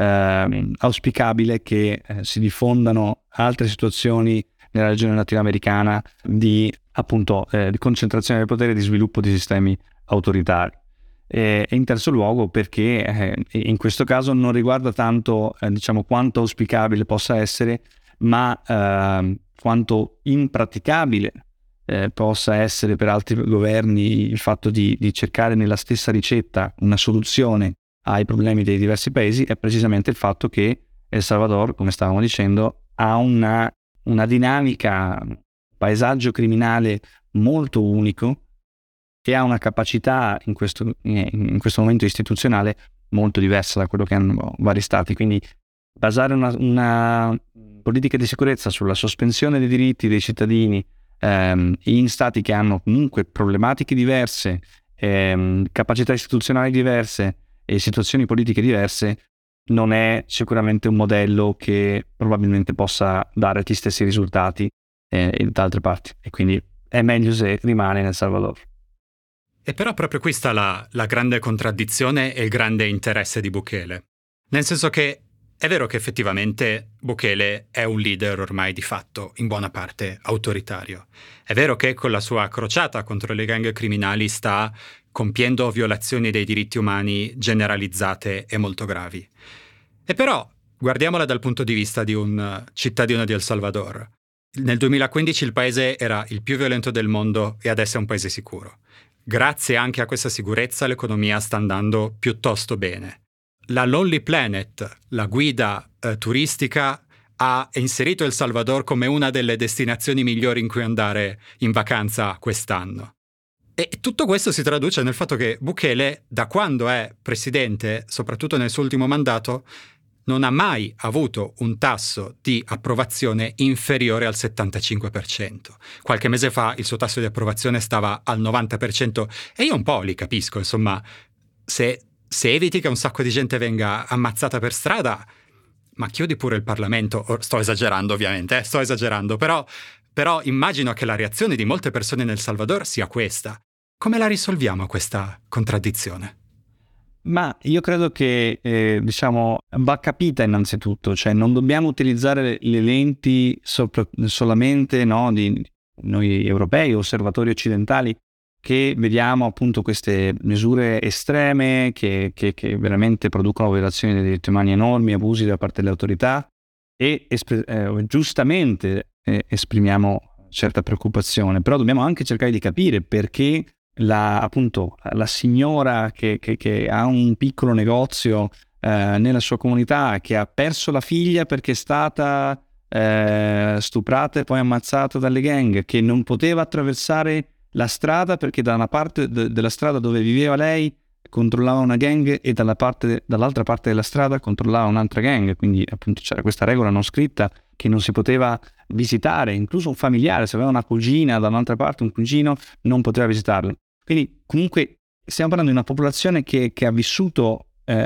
S1: auspicabile che si diffondano altre situazioni nella regione latinoamericana di concentrazione del potere e di sviluppo di sistemi autoritari. E in terzo luogo perché in questo caso non riguarda tanto diciamo quanto auspicabile possa essere, ma quanto impraticabile possa essere per altri governi il fatto di cercare nella stessa ricetta una soluzione ai problemi dei diversi paesi. È precisamente il fatto che El Salvador, come stavamo dicendo, ha una dinamica, un paesaggio criminale molto unico, che ha una capacità in questo momento istituzionale molto diversa da quello che hanno vari stati. Quindi basare una politica di sicurezza sulla sospensione dei diritti dei cittadini in stati che hanno comunque problematiche diverse, capacità istituzionali diverse e situazioni politiche diverse non è sicuramente un modello che probabilmente possa dare gli stessi risultati da altre parti, e quindi è meglio se rimane nel Salvador.
S2: E però proprio qui sta la grande contraddizione e il grande interesse di Bukele. Nel senso che è vero che effettivamente Bukele è un leader ormai di fatto, in buona parte, autoritario. È vero che con la sua crociata contro le gang criminali sta compiendo violazioni dei diritti umani generalizzate e molto gravi. E però, guardiamola dal punto di vista di un cittadino di El Salvador. Nel 2015 il paese era il più violento del mondo e adesso è un paese sicuro. Grazie anche a questa sicurezza l'economia sta andando piuttosto bene. La Lonely Planet, la guida turistica, ha inserito El Salvador come una delle destinazioni migliori in cui andare in vacanza quest'anno. E tutto questo si traduce nel fatto che Bukele, da quando è presidente, soprattutto nel suo ultimo mandato, non ha mai avuto un tasso di approvazione inferiore al 75%. Qualche mese fa il suo tasso di approvazione stava al 90% e io un po' li capisco, insomma, se eviti che un sacco di gente venga ammazzata per strada, ma chiudi pure il Parlamento. Sto esagerando ovviamente, però immagino che la reazione di molte persone nel Salvador sia questa. Come la risolviamo questa contraddizione?
S1: Ma io credo che va capita innanzitutto, cioè non dobbiamo utilizzare le lenti solamente, no, di noi europei, osservatori occidentali, che vediamo appunto queste misure estreme che veramente producono violazioni dei diritti umani enormi, abusi da parte delle autorità e giustamente esprimiamo certa preoccupazione, però dobbiamo anche cercare di capire perché la signora che ha un piccolo negozio nella sua comunità, che ha perso la figlia perché è stata stuprata e poi ammazzata dalle gang, che non poteva attraversare la strada perché da una parte della strada dove viveva lei controllava una gang e dall'altra parte della strada controllava un'altra gang, quindi appunto c'era questa regola non scritta che non si poteva visitare, incluso un familiare, se aveva una cugina da un'altra parte, un cugino, non poteva visitarli. Quindi comunque stiamo parlando di una popolazione che ha vissuto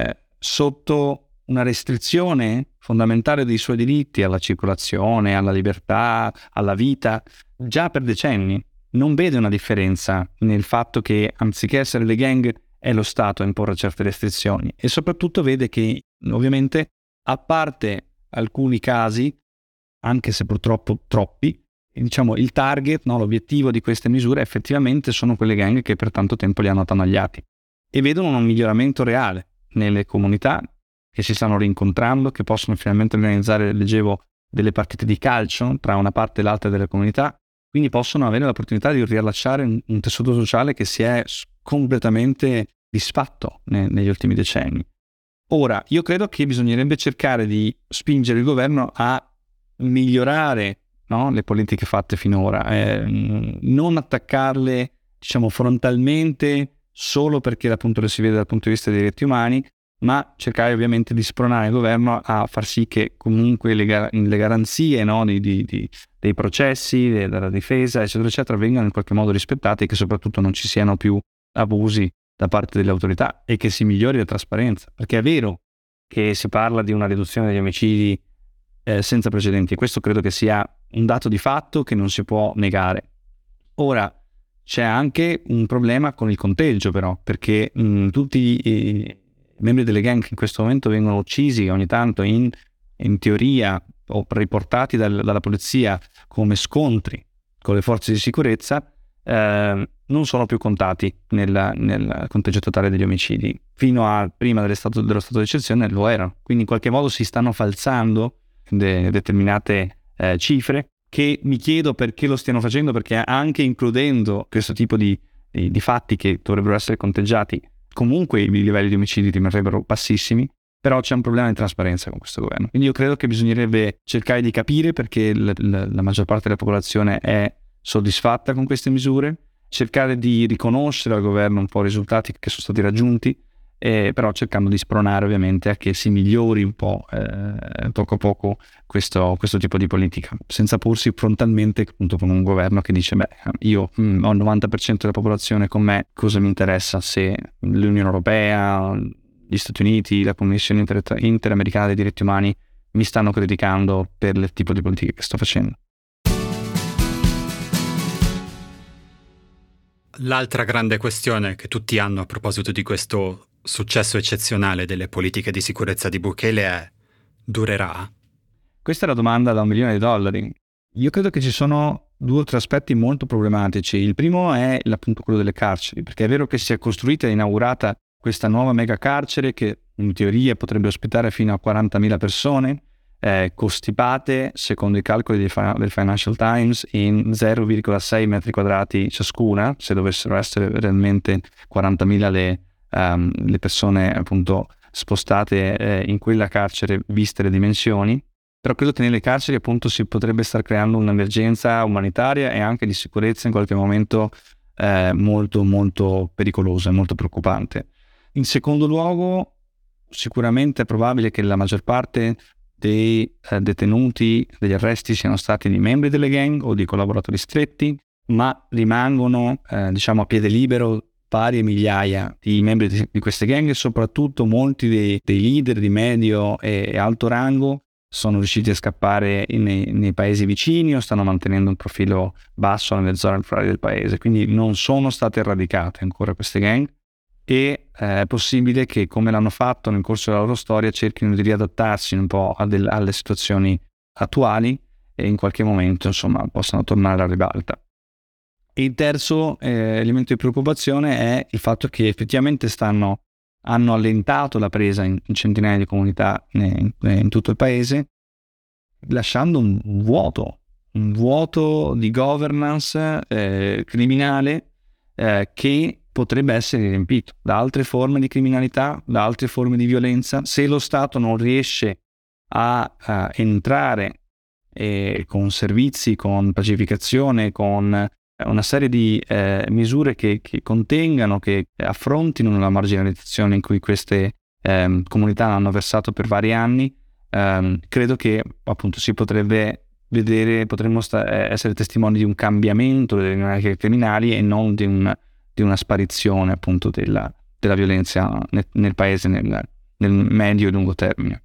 S1: sotto una restrizione fondamentale dei suoi diritti alla circolazione, alla libertà, alla vita, già per decenni. Non vede una differenza nel fatto che, anziché essere le gang, è lo Stato a imporre certe restrizioni, e soprattutto vede che, ovviamente, a parte alcuni casi, anche se purtroppo troppi, diciamo il target, no, l'obiettivo di queste misure effettivamente sono quelle gang che per tanto tempo li hanno attanagliati, e vedono un miglioramento reale nelle comunità che si stanno rincontrando, che possono finalmente organizzare, leggevo, delle partite di calcio tra una parte e l'altra delle comunità. Quindi possono avere l'opportunità di riallacciare un tessuto sociale che si è completamente disfatto negli ultimi decenni. Ora, io credo che bisognerebbe cercare di spingere il governo a migliorare, no, le politiche fatte finora, non attaccarle, diciamo, frontalmente solo perché appunto le si vede dal punto di vista dei diritti umani, ma cercare ovviamente di spronare il governo a far sì che comunque le garanzie, no, dei processi, della difesa, eccetera, eccetera, vengano in qualche modo rispettate, e che soprattutto non ci siano più abusi da parte delle autorità, e che si migliori la trasparenza. Perché è vero che si parla di una riduzione degli omicidi senza precedenti, e questo credo che sia un dato di fatto che non si può negare. Ora, c'è anche un problema con il conteggio, però, perché tutti i membri delle gang che in questo momento vengono uccisi ogni tanto in teoria o riportati dalla polizia come scontri con le forze di sicurezza, non sono più contati nel conteggio totale degli omicidi. Fino a prima dello stato di eccezione lo erano. Quindi in qualche modo si stanno falsando determinate cifre, che mi chiedo perché lo stiano facendo, perché anche includendo questo tipo di fatti che dovrebbero essere conteggiati, comunque i livelli di omicidi rimarrebbero bassissimi. Però c'è un problema di trasparenza con questo governo. Quindi io credo che bisognerebbe cercare di capire perché la maggior parte della popolazione è soddisfatta con queste misure, cercare di riconoscere al governo un po' i risultati che sono stati raggiunti, però cercando di spronare ovviamente a che si migliori un po' poco a poco questo tipo di politica, senza porsi frontalmente appunto con un governo che dice io ho il 90% della popolazione con me, cosa mi interessa se l'Unione Europea, gli Stati Uniti, la Commissione Interamericana dei diritti umani mi stanno criticando per il tipo di politica che sto facendo.
S2: L'altra grande questione che tutti hanno a proposito di questo successo eccezionale delle politiche di sicurezza di Bukele è: durerà?
S1: Questa è la domanda da $1 milione. Io credo che ci sono 2 o 3 aspetti molto problematici. Il primo è appunto quello delle carceri, perché è vero che si è costruita e inaugurata questa nuova mega carcere che in teoria potrebbe ospitare fino a 40.000 persone, costipate, secondo i calcoli del Financial Times, in 0,6 metri quadrati ciascuna, se dovessero essere realmente 40.000 le persone appunto spostate in quella carcere, viste le dimensioni. Però credo che nelle carceri appunto si potrebbe star creando un'emergenza umanitaria e anche di sicurezza in qualche momento molto molto pericolosa e molto preoccupante. In secondo luogo, sicuramente è probabile che la maggior parte dei detenuti, degli arresti siano stati di membri delle gang o di collaboratori stretti, ma rimangono a piede libero varie migliaia di membri di queste gang e soprattutto molti dei leader di medio e alto rango sono riusciti a scappare nei paesi vicini o stanno mantenendo un profilo basso nelle zone rurali del paese, quindi non sono state eradicate ancora queste gang e è possibile che, come l'hanno fatto nel corso della loro storia, cerchino di riadattarsi un po' alle situazioni attuali e in qualche momento possano tornare alla ribalta. E il terzo elemento di preoccupazione è il fatto che effettivamente hanno allentato la presa in centinaia di comunità in tutto il paese, lasciando un vuoto di governance criminale che potrebbe essere riempito da altre forme di criminalità, da altre forme di violenza. Se lo Stato non riesce a entrare con servizi, con pacificazione, con una serie di misure che contengano, che affrontino la marginalizzazione in cui queste comunità hanno versato per vari anni, credo che appunto si potrebbe potremmo essere testimoni di un cambiamento delle dinamiche criminali e non di una sparizione appunto della violenza nel paese nel medio e lungo termine.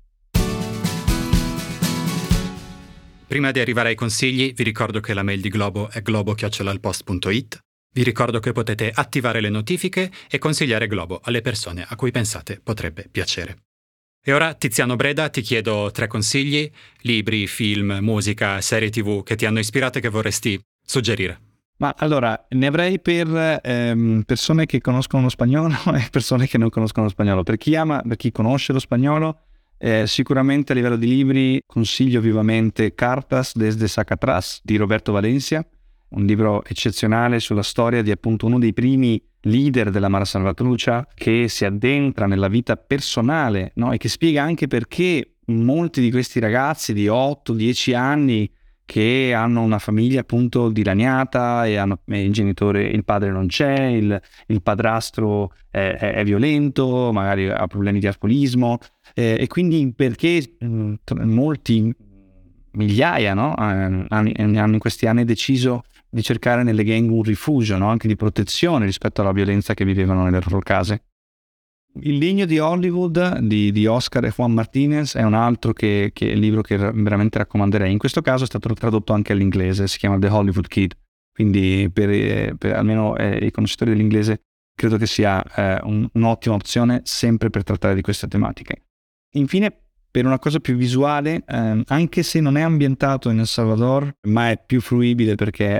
S2: Prima di arrivare ai consigli, vi ricordo che la mail di Globo è globo@ilpost.it. Vi ricordo che potete attivare le notifiche e consigliare Globo alle persone a cui pensate potrebbe piacere. E ora, Tiziano Breda, ti chiedo 3 consigli, libri, film, musica, serie TV che ti hanno ispirato e che vorresti suggerire.
S1: Ma allora, ne avrei per persone che conoscono lo spagnolo e persone che non conoscono lo spagnolo. Per chi conosce lo spagnolo, sicuramente a livello di libri consiglio vivamente Cartas desde Zacatras di Roberto Valencia, un libro eccezionale sulla storia di appunto uno dei primi leader della Mara Salvatrucha, che si addentra nella vita personale, no? E che spiega anche perché molti di questi ragazzi di 8-10 anni che hanno una famiglia appunto dilaniata e hanno il padre non c'è, il padrastro è violento, magari ha problemi di alcolismo, e quindi perché molti migliaia, no? hanno in questi anni deciso di cercare nelle gang un rifugio, no? Anche di protezione rispetto alla violenza che vivevano nelle loro case. Il Legno di Hollywood di Oscar e Juan Martinez è un altro libro che veramente raccomanderei. In questo caso è stato tradotto anche all'inglese, si chiama The Hollywood Kid, quindi per almeno i conoscitori dell'inglese credo che sia un'ottima opzione sempre per trattare di queste tematiche. Infine, per una cosa più visuale, anche se non è ambientato in El Salvador, ma è più fruibile perché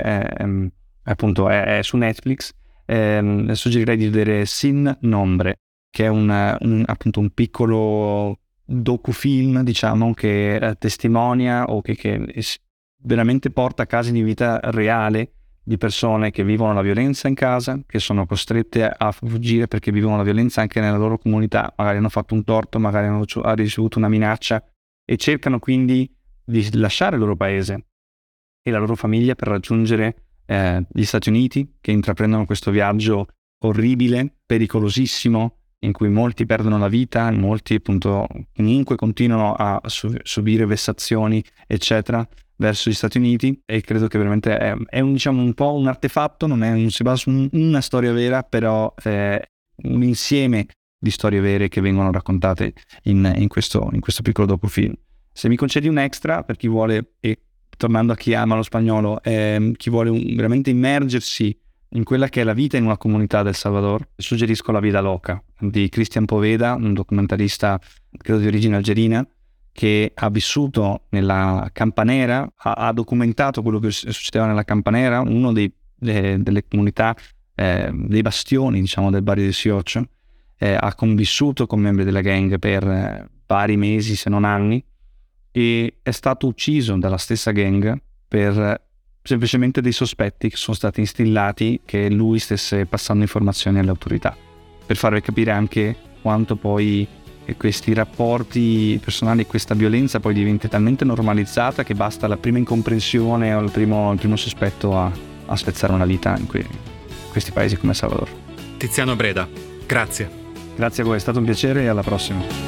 S1: è su Netflix, suggerirei di vedere Sin Nombre, che è appunto un piccolo docufilm, diciamo, che testimonia o che veramente porta casi di vita reale di persone che vivono la violenza in casa, che sono costrette a fuggire perché vivono la violenza anche nella loro comunità, magari hanno fatto un torto, magari hanno ricevuto una minaccia e cercano quindi di lasciare il loro paese e la loro famiglia per raggiungere gli Stati Uniti, che intraprendono questo viaggio orribile, pericolosissimo, in cui molti perdono la vita, molti appunto comunque continuano a subire vessazioni, eccetera, verso gli Stati Uniti, e credo che veramente è un po' un artefatto, non si basa su una storia vera, però è un insieme di storie vere che vengono raccontate in questo piccolo docufilm. Se mi concedi un extra, per chi vuole, e tornando a chi ama lo spagnolo, chi vuole veramente immergersi in quella che è la vita in una comunità del Salvador, suggerisco La Vida Loca di Cristian Poveda, un documentarista credo di origine algerina, che ha vissuto nella Campanera, ha documentato quello che succedeva nella Campanera, uno delle comunità, dei bastioni, diciamo, del barrio di Siocho. Ha convissuto con membri della gang per vari mesi, se non anni, e è stato ucciso dalla stessa gang per semplicemente dei sospetti che sono stati instillati che lui stesse passando informazioni alle autorità, per farvi capire anche quanto poi questi rapporti personali e questa violenza poi diventa talmente normalizzata che basta la prima incomprensione o il primo sospetto a spezzare una vita in questi paesi come El Salvador.
S2: Tiziano Breda, grazie.
S1: Grazie a voi, è stato un piacere e alla prossima.